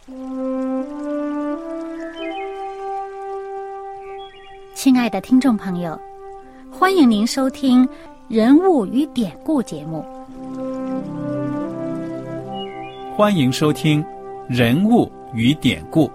亲爱的听众朋友，欢迎您收听《人物与典故》节目。 欢迎收听《人物与典故》。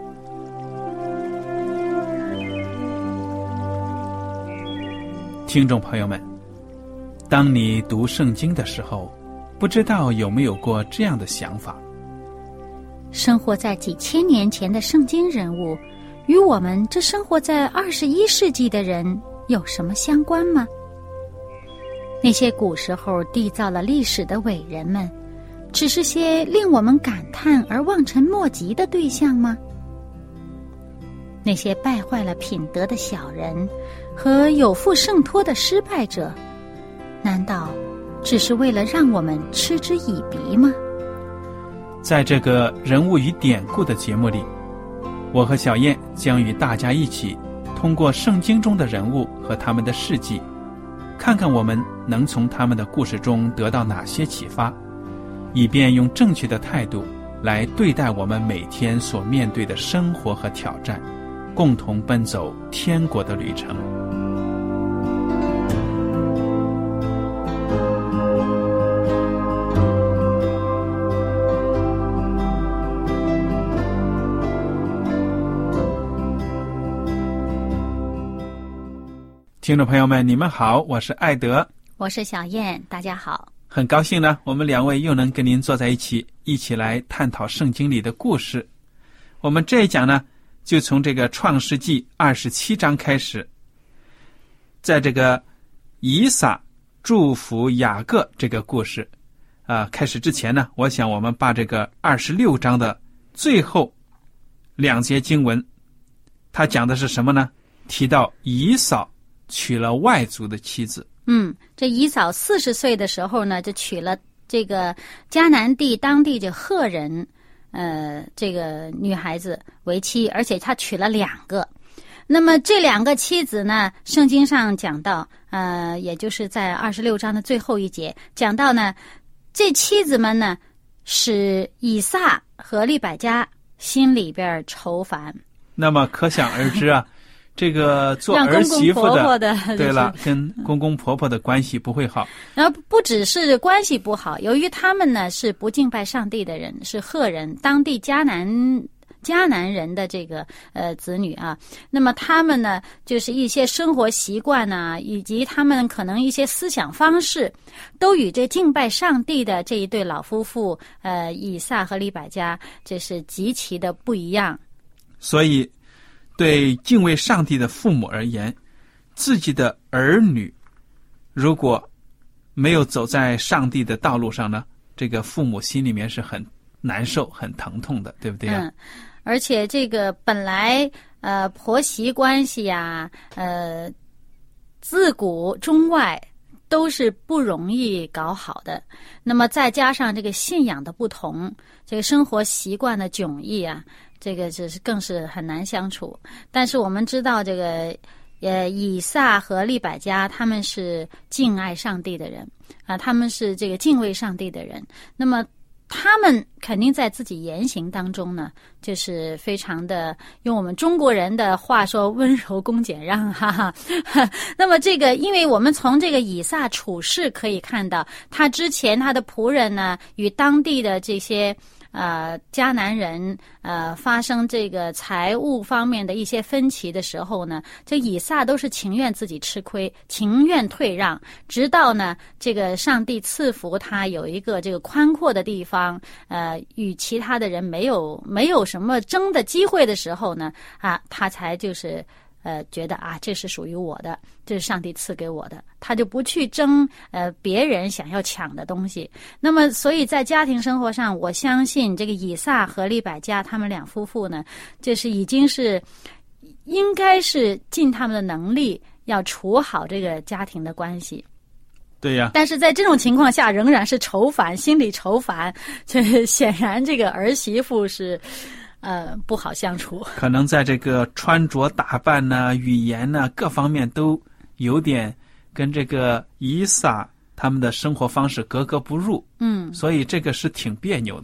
听众朋友们，当你读圣经的时候，不知道有没有过这样的想法： 生活在几千年前的圣经人物，与我们这生活在21世纪的人有什么相关吗？那些古时候缔造了历史的伟人们，只是些令我们感叹而望尘莫及的对象吗？那些败坏了品德的小人和有负圣托的失败者，难道只是为了让我们嗤之以鼻吗？ 在这个人物与典故的节目里，我和小燕将与大家一起通过圣经中的人物和他们的事迹，看看我们能从他们的故事中得到哪些启发，以便用正确的态度来对待我们每天所面对的生活和挑战，共同奔走天国的旅程。听众朋友们，你们好，我是艾德， 我是小燕，大家好。 很高兴呢，我们两位又能跟您坐在一起，一起来探讨圣经里的故事。我们这一讲呢，就从这个创世纪27章开始，在这个以撒祝福雅各这个故事开始之前呢，我想我们把这个26章的最后2节经文，它讲的是什么呢？提到以扫娶了外族的妻子。 这以扫40岁的时候呢，就娶了这个迦南地当地这赫人这个女孩子为妻，而且他娶了2个。那么这2个妻子呢，圣经上讲到也就是在26章的最后一节讲到呢，这妻子们呢使以撒和利百加心里边愁烦。 那么可想而知啊这个做儿媳妇的，对了，跟公公婆婆的关系不会好。 然后不只是关系不好，由于他们呢是不敬拜上帝的人，是赫人，当地迦南人的这个子女啊，那么他们呢就是一些生活习惯啊，以及他们可能一些思想方式，都与这敬拜上帝的这一对老夫妇以撒和利百加，这是极其的不一样。 所以对敬畏上帝的父母而言，自己的儿女如果没有走在上帝的道路上呢，这个父母心里面是很难受很疼痛的，对不对啊？ 而且这个本来婆媳关系啊自古中外都是不容易搞好的，那么再加上这个信仰的不同，这个生活习惯的迥异啊，这个就是更是很难相处。但是我们知道这个以撒和利百加他们是敬爱上帝的人他们是这个敬畏上帝的人，那么他们肯定在自己言行当中呢，就是非常的，用我们中国人的话说，温柔恭俭让，哈哈。那么这个，因为我们从这个以撒处事可以看到，他之前他的仆人呢，与当地的这些迦南人发生这个财务方面的一些分歧的时候呢，这以撒都是情愿自己吃亏，情愿退让，直到呢这个上帝赐福他有一个这个宽阔的地方，与其他的人没有什么争的机会的时候呢，他才就是觉得这是属于我的，这是上帝赐给我的，他就不去争别人想要抢的东西。那么所以在家庭生活上，我相信这个以撒和利百加他们2夫妇呢，这是已经是应该是尽他们的能力要处好这个家庭的关系。 对呀， 但是在这种情况下仍然是愁烦，心里愁烦，这显然这个儿媳妇是不好相处， 可能在这个穿着打扮呢、语言呢各方面都有点跟这个以撒他们的生活方式格格不入。所以这个是挺别扭的。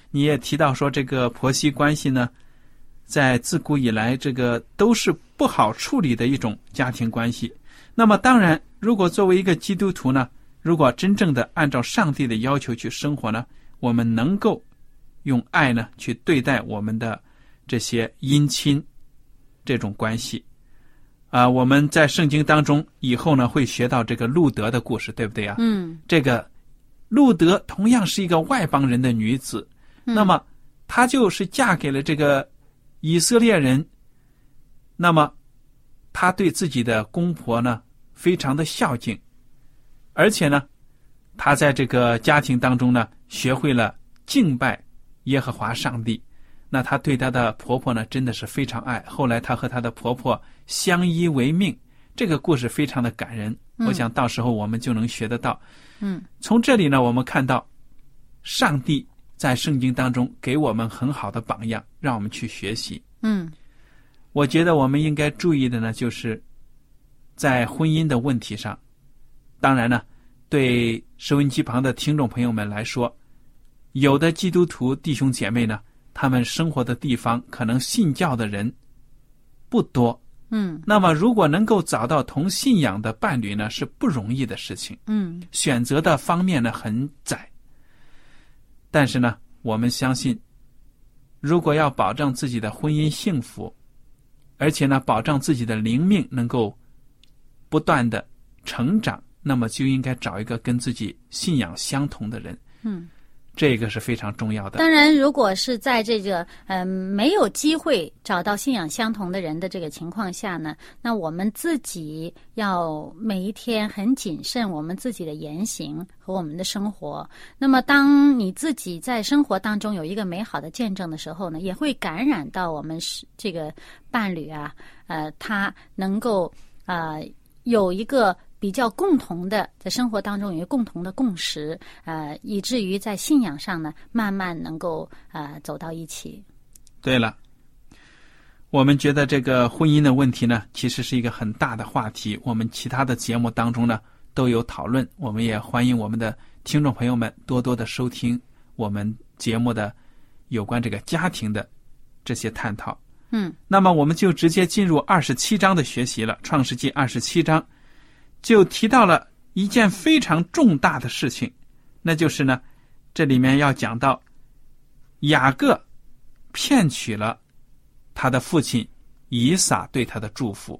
你也提到说这个婆媳关系呢，在自古以来这个都是不好处理的一种家庭关系。那么当然，如果作为一个基督徒呢，如果真正的按照上帝的要求去生活呢，我们能够用爱呢去对待我们的这些姻亲这种关系。我们在圣经当中以后呢会学到这个路德的故事，对不对啊？这个路德同样是一个外邦人的女子，那么她就是嫁给了这个以色列人，那么她对自己的公婆呢非常的孝敬，而且呢她在这个家庭当中呢学会了敬拜耶和华上帝。那她对她的婆婆呢真的是非常爱，后来她和她的婆婆相依为命，这个故事非常的感人，我想到时候我们就能学得到。从这里呢我们看到上帝在圣经当中给我们很好的榜样，让我们去学习。我觉得我们应该注意的呢，就是在婚姻的问题上，当然呢对收音机旁的听众朋友们来说，有的基督徒弟兄姐妹呢，他们生活的地方可能信教的人不多，那么如果能够找到同信仰的伴侣呢，是不容易的事情，选择的方面呢很窄。但是呢我们相信，如果要保障自己的婚姻幸福，而且呢保障自己的灵命能够不断的成长，那么就应该找一个跟自己信仰相同的人，这个是非常重要的。 当然如果是在这个没有机会找到信仰相同的人的这个情况下呢，那我们自己要每一天很谨慎我们自己的言行和我们的生活。那么当你自己在生活当中有一个美好的见证的时候呢，也会感染到我们这个伴侣啊，他能够有一个比较共同的，在生活当中有一个共同的共识，以至于在信仰上呢慢慢能够走到一起。 对了，我们觉得这个婚姻的问题呢其实是一个很大的话题，我们其他的节目当中呢都有讨论，我们也欢迎我们的听众朋友们多多的收听我们节目的有关这个家庭的这些探讨。那么我们就直接进入27章的学习了。创世纪27章就提到了一件非常重大的事情，那就是呢这里面要讲到雅各骗取了他的父亲以撒对他的祝福。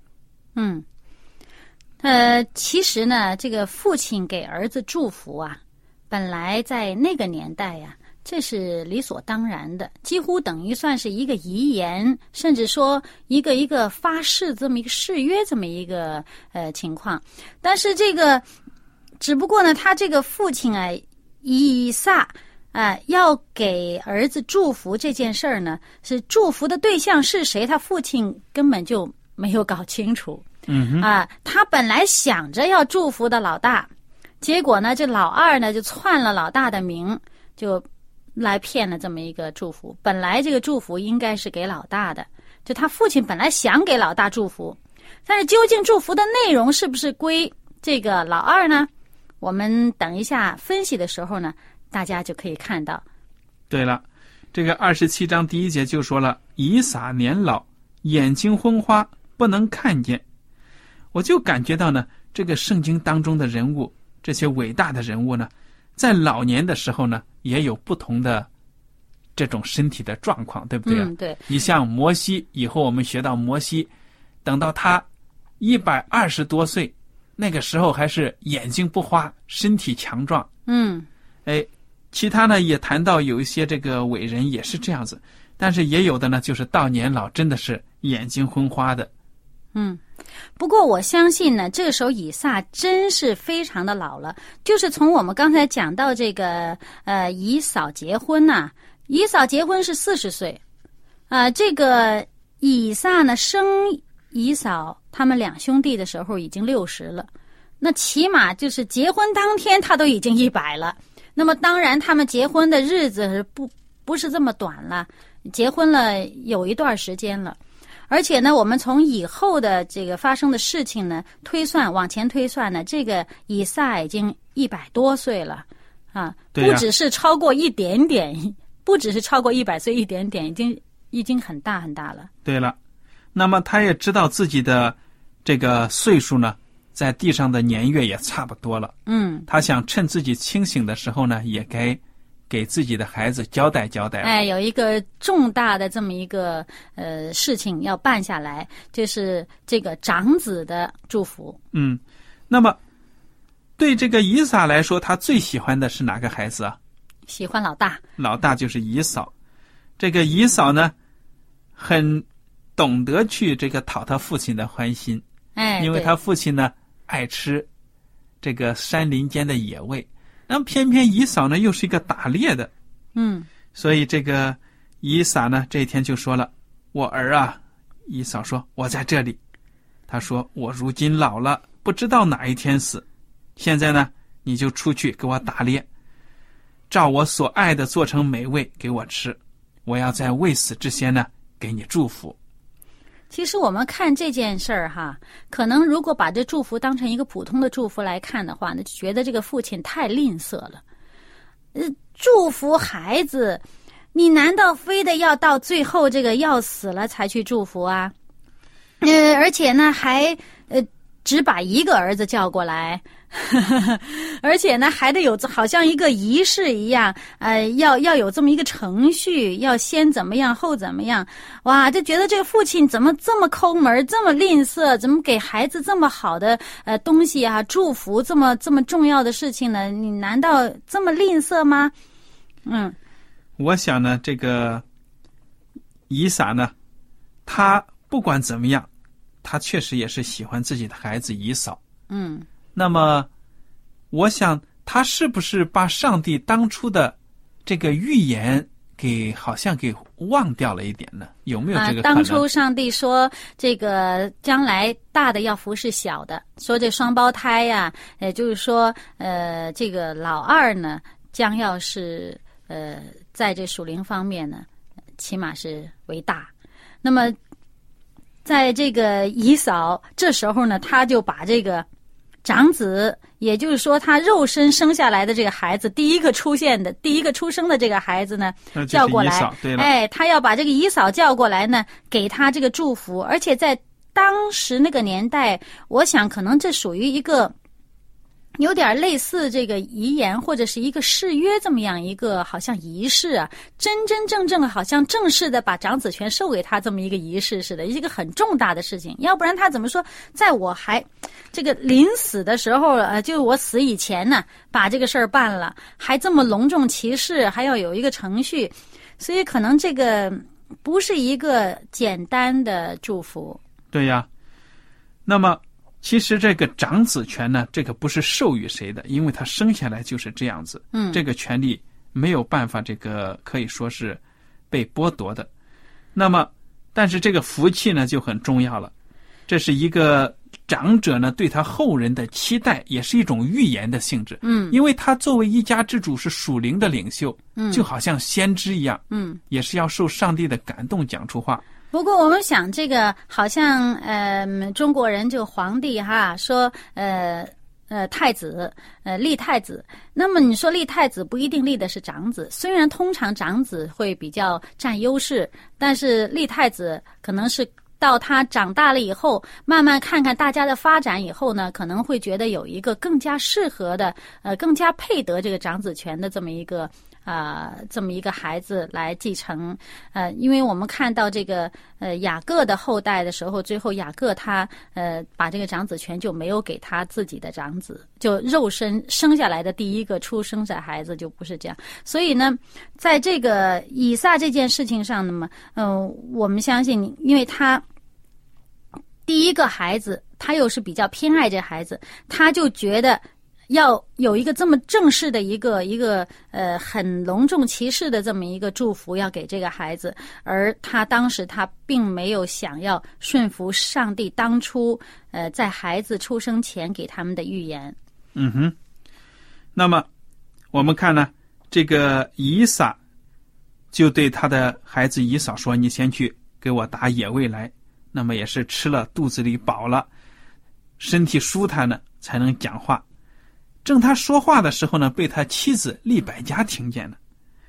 其实呢这个父亲给儿子祝福啊，本来在那个年代呀，这是理所当然的，几乎等于算是一个遗言，甚至说一个发誓，这么一个誓约，这么一个情况。但是这个只不过呢他这个父亲啊以撒要给儿子祝福这件事儿呢，是祝福的对象是谁，他父亲根本就没有搞清楚。他本来想着要祝福的老大，结果呢这老二呢就篡了老大的名，就来骗了这么一个祝福。本来这个祝福应该是给老大的，就他父亲本来想给老大祝福，但是究竟祝福的内容是不是归这个老二呢？我们等一下分析的时候呢，大家就可以看到。 对了，这个27章第1节就说了，以撒年老，眼睛昏花，不能看见。我就感觉到呢，这个圣经当中的人物，这些伟大的人物呢，在老年的时候呢也有不同的这种身体的状况，对不对啊？ 对。 你像摩西，以后我们学到摩西等到他120多岁，那个时候还是眼睛不花，身体强壮。其他呢也谈到有一些这个伟人也是这样子，但是也有的呢就是到年老真的是眼睛昏花的。 不过我相信呢，这个时候以撒真是非常的老了。就是从我们刚才讲到这个以扫结婚呐，以扫结婚是40岁，这个以撒呢生以扫他们两兄弟的时候已经60了，那起码就是结婚当天他都已经100了。那么当然他们结婚的日子是不是这么短了，结婚了有一段时间了。而且呢，我们从以后的这个发生的事情呢往前推算呢，这个以撒已经100多岁了不只是超过一点点不只是超过100岁一点点，已经很大很大了。 对了，那么他也知道自己的这个岁数呢，在地上的年月也差不多了。他想趁自己清醒的时候呢，也该给自己的孩子交代交代。 有一个重大的这么一个事情要办下来，就是这个长子的祝福。 那么对这个以撒来说，他最喜欢的是哪个孩子啊？ 喜欢老大。 老大就是以扫。这个以扫呢，很懂得去这个讨他父亲的欢心。因为他父亲呢爱吃这个山林间的野味，那么偏偏以扫呢又是一个打猎的。所以这个以撒呢这一天就说了，我儿啊。以扫说，我在这里。他说，我如今老了，不知道哪一天死，现在呢你就出去给我打猎，照我所爱的做成美味给我吃，我要在未死之前呢给你祝福。 其实我们看这件事儿哈，可能如果把这祝福当成一个普通的祝福来看的话呢，就觉得这个父亲太吝啬了。祝福孩子，你难道非得要到最后这个要死了才去祝福啊？而且呢还只把一个儿子叫过来，而且呢还得有好像一个仪式一样，要有这么一个程序，要先怎么样后怎么样。哇，就觉得这个父亲怎么这么抠门，这么吝啬，怎么给孩子这么好的东西啊，祝福这么重要的事情呢？你难道这么吝啬吗？ 我想呢，这个以撒呢，他不管怎么样，他确实也是喜欢自己的孩子以扫。那么我想他是不是把上帝当初的这个预言好像给忘掉了一点呢？有没有这个可能？ 当初上帝说这个将来大的要服侍小的，说这双胞胎呀，也就是说这个老二呢将要是在这属灵方面呢起码是为大。那么在这个以扫这时候呢，他就把这个长子，也就是说他肉身生下来的这个孩子，第一个出生的这个孩子呢叫过来。 对了， 他要把这个以扫叫过来呢，给他这个祝福。而且在当时那个年代，我想可能这属于一个有点类似这个遗言或者是一个誓约这么样一个好像仪式啊，真正好像正式的把长子权授给他这么一个仪式似的，一个很重大的事情。要不然他怎么说在我还这个临死的时候就我死以前呢把这个事儿办了，还这么隆重其事，还要有一个程序。所以可能这个不是一个简单的祝福。 对呀。那么其实这个长子权呢，这个不是授予谁的，因为他生下来就是这样子。这个权利没有办法，这个可以说是被剥夺的。那么但是这个福气呢就很重要了，这是一个长者呢对他后人的期待，也是一种预言的性质。因为他作为一家之主，是属灵的领袖，就好像先知一样，也是要受上帝的感动讲出话。 不过我们想这个好像中国人就皇帝哈说太子立太子，那么你说立太子不一定立的是长子，虽然通常长子会比较占优势，但是立太子可能是到他长大了以后，慢慢看看大家的发展以后呢，可能会觉得有一个更加适合的更加配得这个长子权的这么一个孩子来继承。因为我们看到这个雅各的后代的时候，最后雅各他把这个长子权就没有给他自己的长子，就肉身生下来的第一个出生的孩子就不是这样。所以呢，在这个以撒这件事情上呢，我们相信，因为他第一个孩子，他又是比较偏爱这孩子，他就觉得要有一个这么正式的一个很隆重其事的这么一个祝福要给这个孩子，而他当时他并没有想要顺服上帝当初在孩子出生前给他们的预言。 那么我们看呢，这个以撒就对他的孩子以扫说，你先去给我打野味来。那么也是吃了肚子里饱了，身体舒坦呢才能讲话。正他说话的时候呢，被他妻子利百加听见了。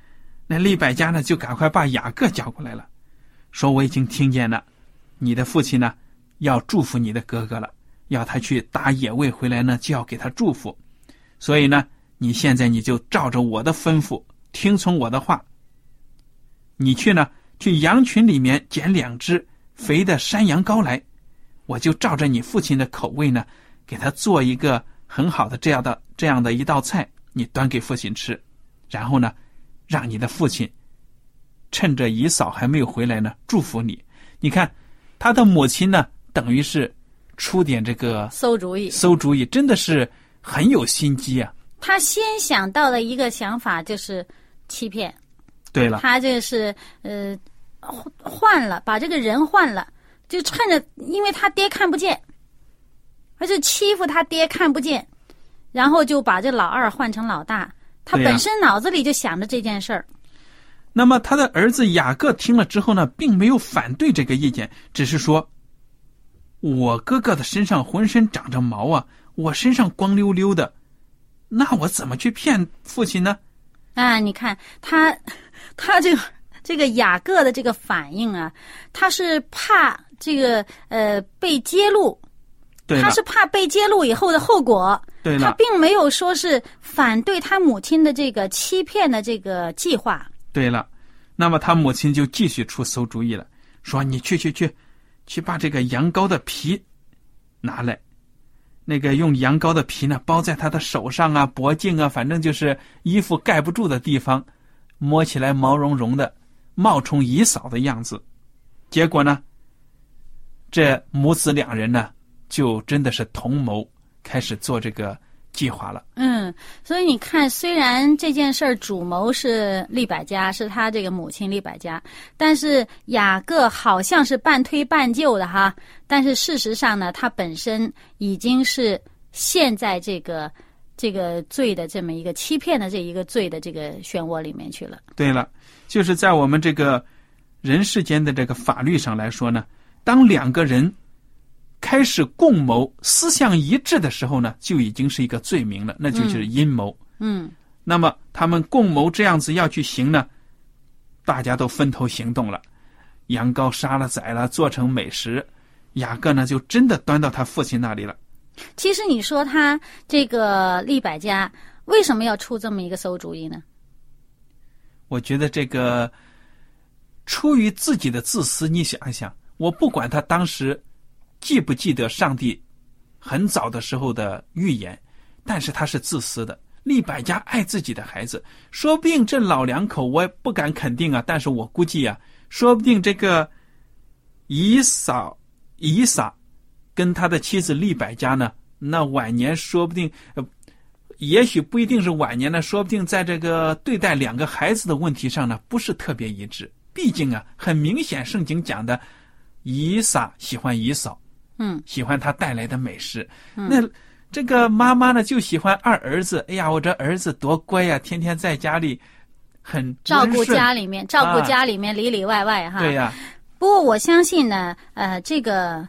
那利百加呢就赶快把雅各叫过来了，说我已经听见了，你的父亲呢要祝福你的哥哥了，要他去打野味回来呢就要给他祝福，所以呢你现在你就照着我的吩咐听从我的话，你去羊群里面捡2只肥的山羊羔来，我就照着你父亲的口味呢给他做一个很好的这样的一道菜，你端给父亲吃，然后呢让你的父亲趁着以扫还没有回来呢祝福你。你看他的母亲呢等于是出点这个馊主意，真的是很有心机啊。 他先想到的一个想法就是欺骗。 对了， 他这是换了，把这个人换了，就趁着因为他爹看不见，而且欺负他爹看不见，然后就把这老二换成老大。他本身脑子里就想着这件事儿。 那么他的儿子雅各听了之后呢，并没有反对这个意见，只是说我哥哥的身上浑身长着毛啊，我身上光溜溜的，那我怎么去骗父亲呢？ 啊，你看他这个雅各的这个反应啊，他是怕这个被揭露，他是怕被揭露以后的后果。 对了， 他并没有说是反对他母亲的这个欺骗的这个计划。 对了，那么他母亲就继续出馊主意了，说你去把这个羊羔的皮拿来，那个用羊羔的皮呢包在他的手上啊、脖颈啊，反正就是衣服盖不住的地方，摸起来毛茸茸的，冒充以扫的样子。结果呢，这母子2人呢就真的是同谋开始做这个计划了。 所以你看，虽然这件事儿主谋是利百加，是他这个母亲利百加，但是雅各好像是半推半就的哈。但是事实上呢，他本身已经是陷在这个罪的这么一个欺骗的这一个罪的这个漩涡里面去了。 对了，就是在我们这个人世间的这个法律上来说呢，当2个人开始共谋思想一致的时候呢，就已经是一个罪名了，那就是阴谋。那么他们共谋这样子要去行呢，大家都分头行动了，羊羔杀了宰了，做成美食，雅各呢就真的端到他父亲那里了。 其实你说他这个利百加为什么要出这么一个馊主意呢？ 我觉得这个出于自己的自私，你想一想，我不管他当时记不记得上帝很早的时候的预言，但是他是自私的。利百加爱自己的孩子，说不定这老2口我也不敢肯定啊，但是我估计啊，说不定这个以撒跟他的妻子利百加呢，那晚年说不定也许不一定是晚年呢，说不定在这个对待2个孩子的问题上呢不是特别一致。毕竟啊，很明显圣经讲的以撒喜欢以扫，喜欢他带来的美食。那这个妈妈呢就喜欢2儿子，哎呀，我这儿子多乖呀，天天在家里很照顾家里面里里外外哈。 对呀。 不过我相信呢，这个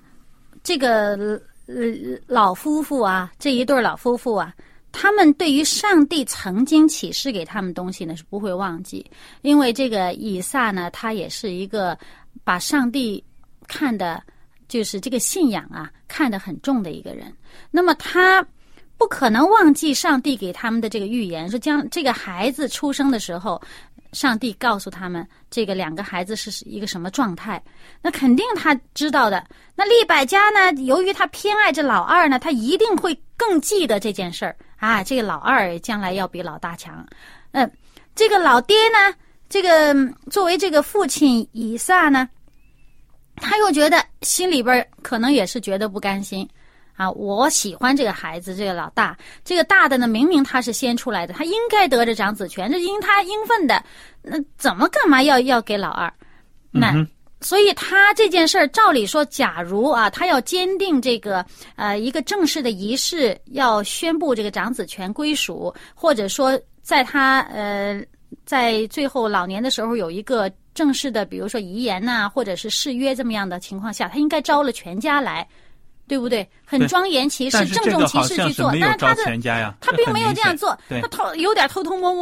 老夫妇啊，这一对老夫妇啊，他们对于上帝曾经启示给他们东西呢是不会忘记，因为这个以撒呢，他也是一个把上帝看的，就是这个信仰啊看得很重的一个人。那么他不可能忘记上帝给他们的这个预言，说将这个孩子出生的时候，上帝告诉他们这个2个孩子是一个什么状态，那肯定他知道的。那利百加呢，由于他偏爱这老2呢，他一定会更记得这件事儿啊，这个老2将来要比老大强。这个老爹呢，这个作为这个父亲以撒呢，他又觉得心里边可能也是觉得不甘心啊，我喜欢这个孩子，这个老大，这个大的呢，明明他是先出来的，他应该得着长子权，这应他应分的，那怎么干嘛要给老2？那所以他这件事儿，照理说，假如啊，他要坚定这个一个正式的仪式，要宣布这个长子权归属，或者说在他在最后老年的时候有一个正式的，比如说遗言呐，或者是誓约这么样的情况下，他应该招了全家来。对不对？很庄严其事、郑重其事去做，但是他并没有这样做，他有点偷偷摸摸的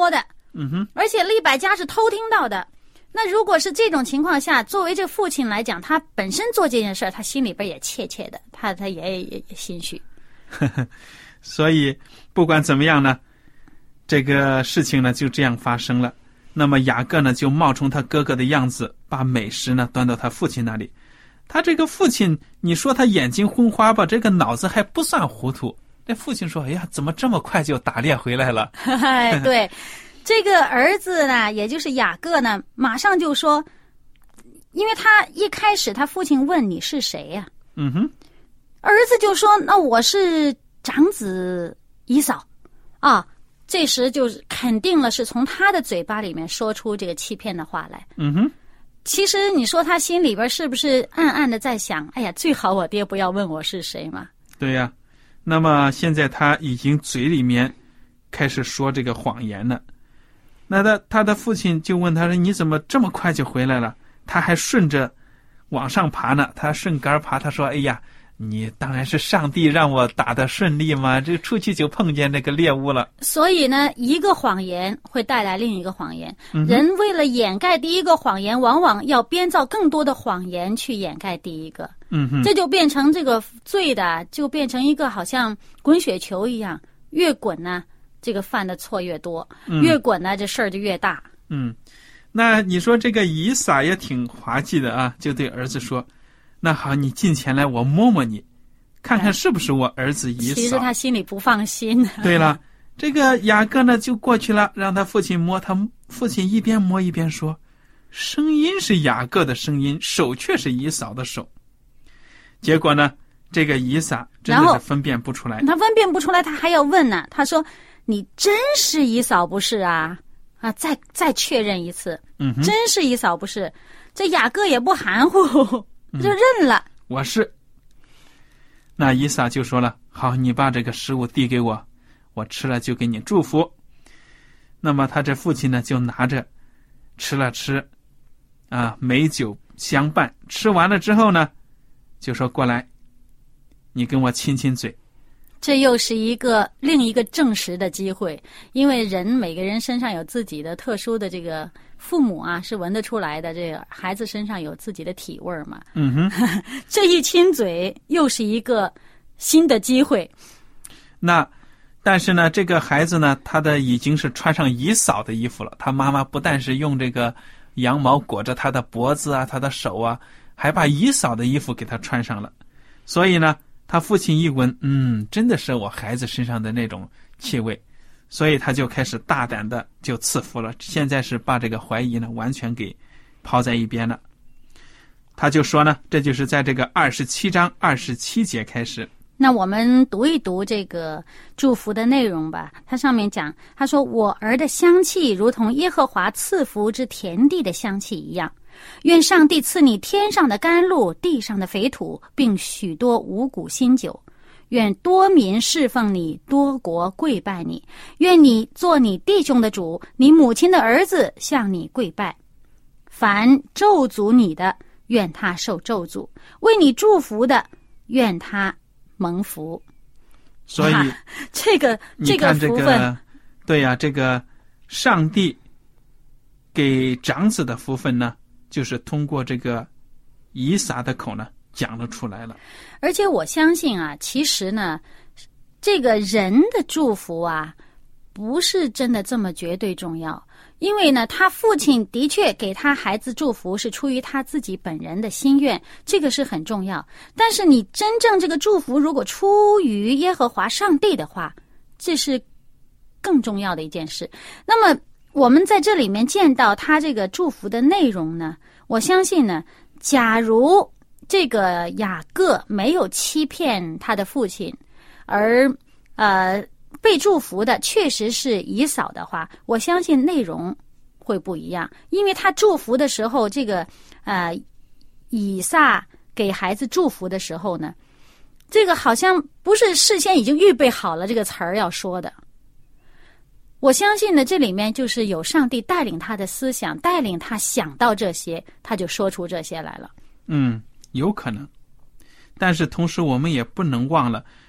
而且利百加是偷听到的。那如果是这种情况下，作为这父亲来讲，他本身做这件事，他心里边也怯怯的，他也心虚。 所以不管怎么样呢，这个事情呢就这样发生了。那么雅各呢就冒充他哥哥的样子，把美食呢端到他父亲那里。他这个父亲，你说他眼睛昏花吧，这个脑子还不算糊涂。这父亲说：“哎呀，怎么这么快就打猎回来了？” 对，这个儿子呢，也就是雅各呢，马上就说，因为他一开始他父亲问你是谁呀？儿子就说：“那我是长子以扫啊。”这时就是肯定了是从他的嘴巴里面说出这个欺骗的话来。其实你说他心里边是不是暗暗的在想，哎呀，最好我爹不要问我是谁嘛？ 对呀。那么现在他已经嘴里面开始说这个谎言了。那他的父亲就问他说：“你怎么这么快就回来了？”他还顺着往上爬呢，他顺杆爬。他说：“哎呀，你当然是上帝让我打得顺利嘛，这出去就碰见那个猎物了。”所以呢，一个谎言会带来另一个谎言。人为了掩盖第一个谎言，往往要编造更多的谎言去掩盖第一个。这就变成这个罪的，就变成一个好像滚雪球一样，越滚呢，这个犯的错越多，越滚呢，这事儿就越大。 那你说这个以撒也挺滑稽的啊，就对儿子说：“那好，你近前来，我摸摸你，看看是不是我儿子以扫。” 其实他心里不放心。 对了，这个雅各呢就过去了，让他父亲摸，他父亲一边摸一边说：“声音是雅各的声音，手却是以扫的手。”结果呢，这个以撒真的是分辨不出来。 他分辨不出来，他还要问呢。他说：“你真是以扫不是啊？”再确认一次，真是以扫不是。这雅各也不含糊，就认了。 我是。那以撒就说了：“好，你把这个食物递给我，我吃了就给你祝福。”那么他这父亲呢，就拿着吃了吃，美酒相伴。吃完了之后呢，就说：“过来，你跟我亲亲嘴。” 这又是另一个证实的机会，因为每个人身上有自己的特殊的这个父母啊，是闻得出来的。这个孩子身上有自己的体味嘛。这一亲嘴又是一个新的机会。 但是呢，这个孩子呢，他已经是穿上以扫的衣服了。他妈妈不但是用这个羊毛裹着他的脖子啊，他的手啊，还把以扫的衣服给他穿上了。所以呢，他父亲一闻，真的是我孩子身上的那种气味，所以他就开始大胆的就赐福了。现在是把这个怀疑呢完全给抛在一边了。他就说呢，这就是在这个27章27节开始。 那我们读一读这个祝福的内容吧。它上面讲，他说：“我儿的香气如同耶和华赐福之田地的香气一样。愿上帝赐你天上的甘露，地上的肥土，并许多五谷新酒。愿多民侍奉你，多国跪拜你。愿你做你弟兄的主，你母亲的儿子向你跪拜。凡咒诅你的，愿他受咒诅；为你祝福的，愿他蒙福。” 所以这个福分， 对呀，这个上帝给长子的福分呢，就是通过这个以撒的口呢讲了出来了。 而且我相信啊，其实呢，这个人的祝福啊，不是真的这么绝对重要。因为呢，他父亲的确给他孩子祝福是出于他自己本人的心愿，这个是很重要。但是你真正这个祝福如果出于耶和华上帝的话，这是更重要的一件事。那么我们在这里面见到他这个祝福的内容呢，我相信呢，假如这个雅各没有欺骗他的父亲，而被祝福的确实是以扫的话，我相信内容会不一样。因为他祝福的时候，这个以撒给孩子祝福的时候呢，这个好像不是事先已经预备好了这个词儿要说的。我相信呢，这里面就是有上帝带领他的思想，带领他想到这些，他就说出这些来了。 有可能。但是同时我们也不能忘了，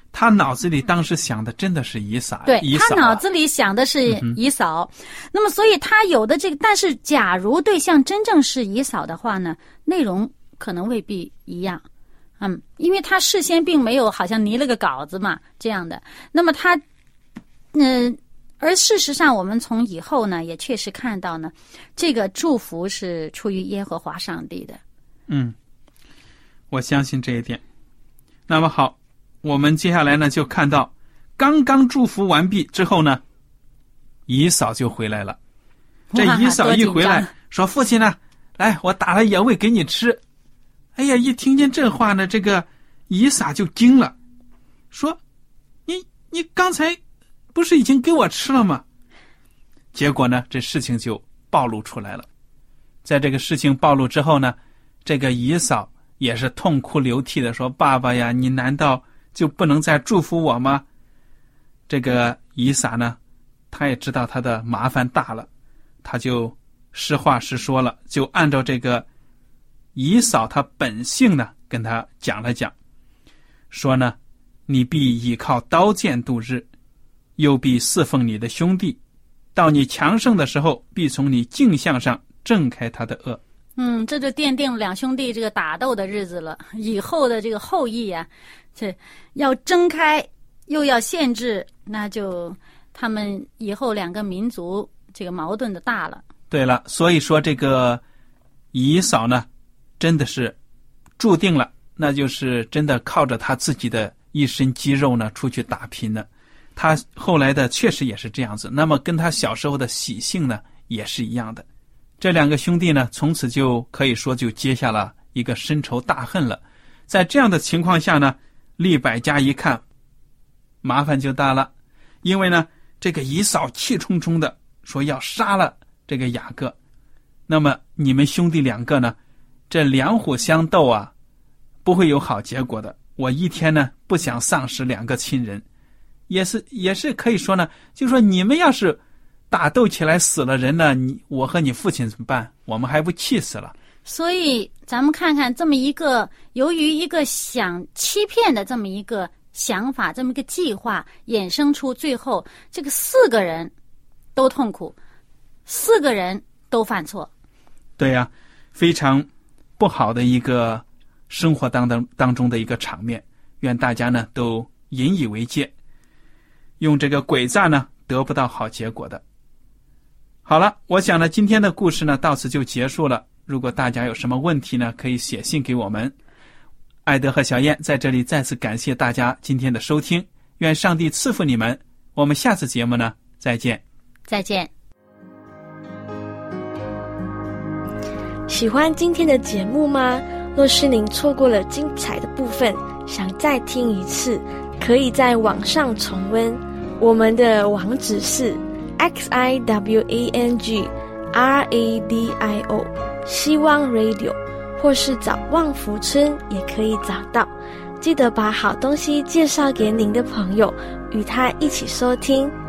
他脑子里当时想的真的是以扫， 对， 以扫他脑子里想的是以扫，那么所以他有的这个，但是假如对象真正是以扫的话呢，内容可能未必一样，因为他事先并没有好像拟了个稿子嘛这样的，那么他，而事实上我们从以后呢也确实看到呢，这个祝福是出于耶和华上帝的。 我相信这一点。那么好，我们接下来呢就看到刚刚祝福完毕之后呢，以扫就回来了。这以扫一回来说，父亲呢，来，我打了野味给你吃。哎呀，一听见这话呢，这个以撒就惊了，说你刚才不是已经给我吃了吗？结果呢，这事情就暴露出来了。在这个事情暴露之后呢，这个以扫也是痛哭流涕的说，爸爸呀，你难道就不能再祝福我吗？这个以撒呢，他也知道他的麻烦大了，他就实话实说了，就按照这个以扫他本性呢跟他讲了讲，说呢，你必倚靠刀剑度日，又必侍奉你的兄弟，到你强盛的时候，必从你镜像上挣开他的恶。 这就奠定了两兄弟这个打斗的日子了。以后的这个后裔啊，这要挣开又要限制，那就他们以后两个民族这个矛盾的大了。 对了，所以说这个以扫呢，真的是注定了，那就是真的靠着他自己的一身肌肉呢出去打拼的。他后来的确实也是这样子，那么跟他小时候的习性呢也是一样的。这两个兄弟呢，从此就可以说就结下了一个深仇大恨了。在这样的情况下呢，利百加一看，麻烦就大了，因为呢，这个以扫气冲冲的说要杀了这个雅各，那么你们兄弟两个呢，这两虎相斗啊，不会有好结果的。我一天呢不想丧失两个亲人，也是可以说呢，就说你们要是打斗起来死了人呢，我和你父亲怎么办？我们还不气死了？ 所以咱们看看这么一个，由于一个想欺骗的这么一个想法，这么一个计划，衍生出最后这个4个人都痛苦，4个人都犯错。 对呀，非常不好的一个生活当中的一个场面，愿大家呢都引以为戒，用这个诡诈呢得不到好结果的。好了，我想呢今天的故事呢到此就结束了。如果大家有什么问题呢，可以写信给我们。艾德和小燕在这里再次感谢大家今天的收听，愿上帝赐福你们。我们下次节目呢再见。 再见。 喜欢今天的节目吗？若是您错过了精彩的部分，想再听一次，可以在网上重温。我们的网址是 XIWANGRADIO 希望 Radio， 或是找旺福村也可以找到。记得把好东西介绍给您的朋友，与他一起收听。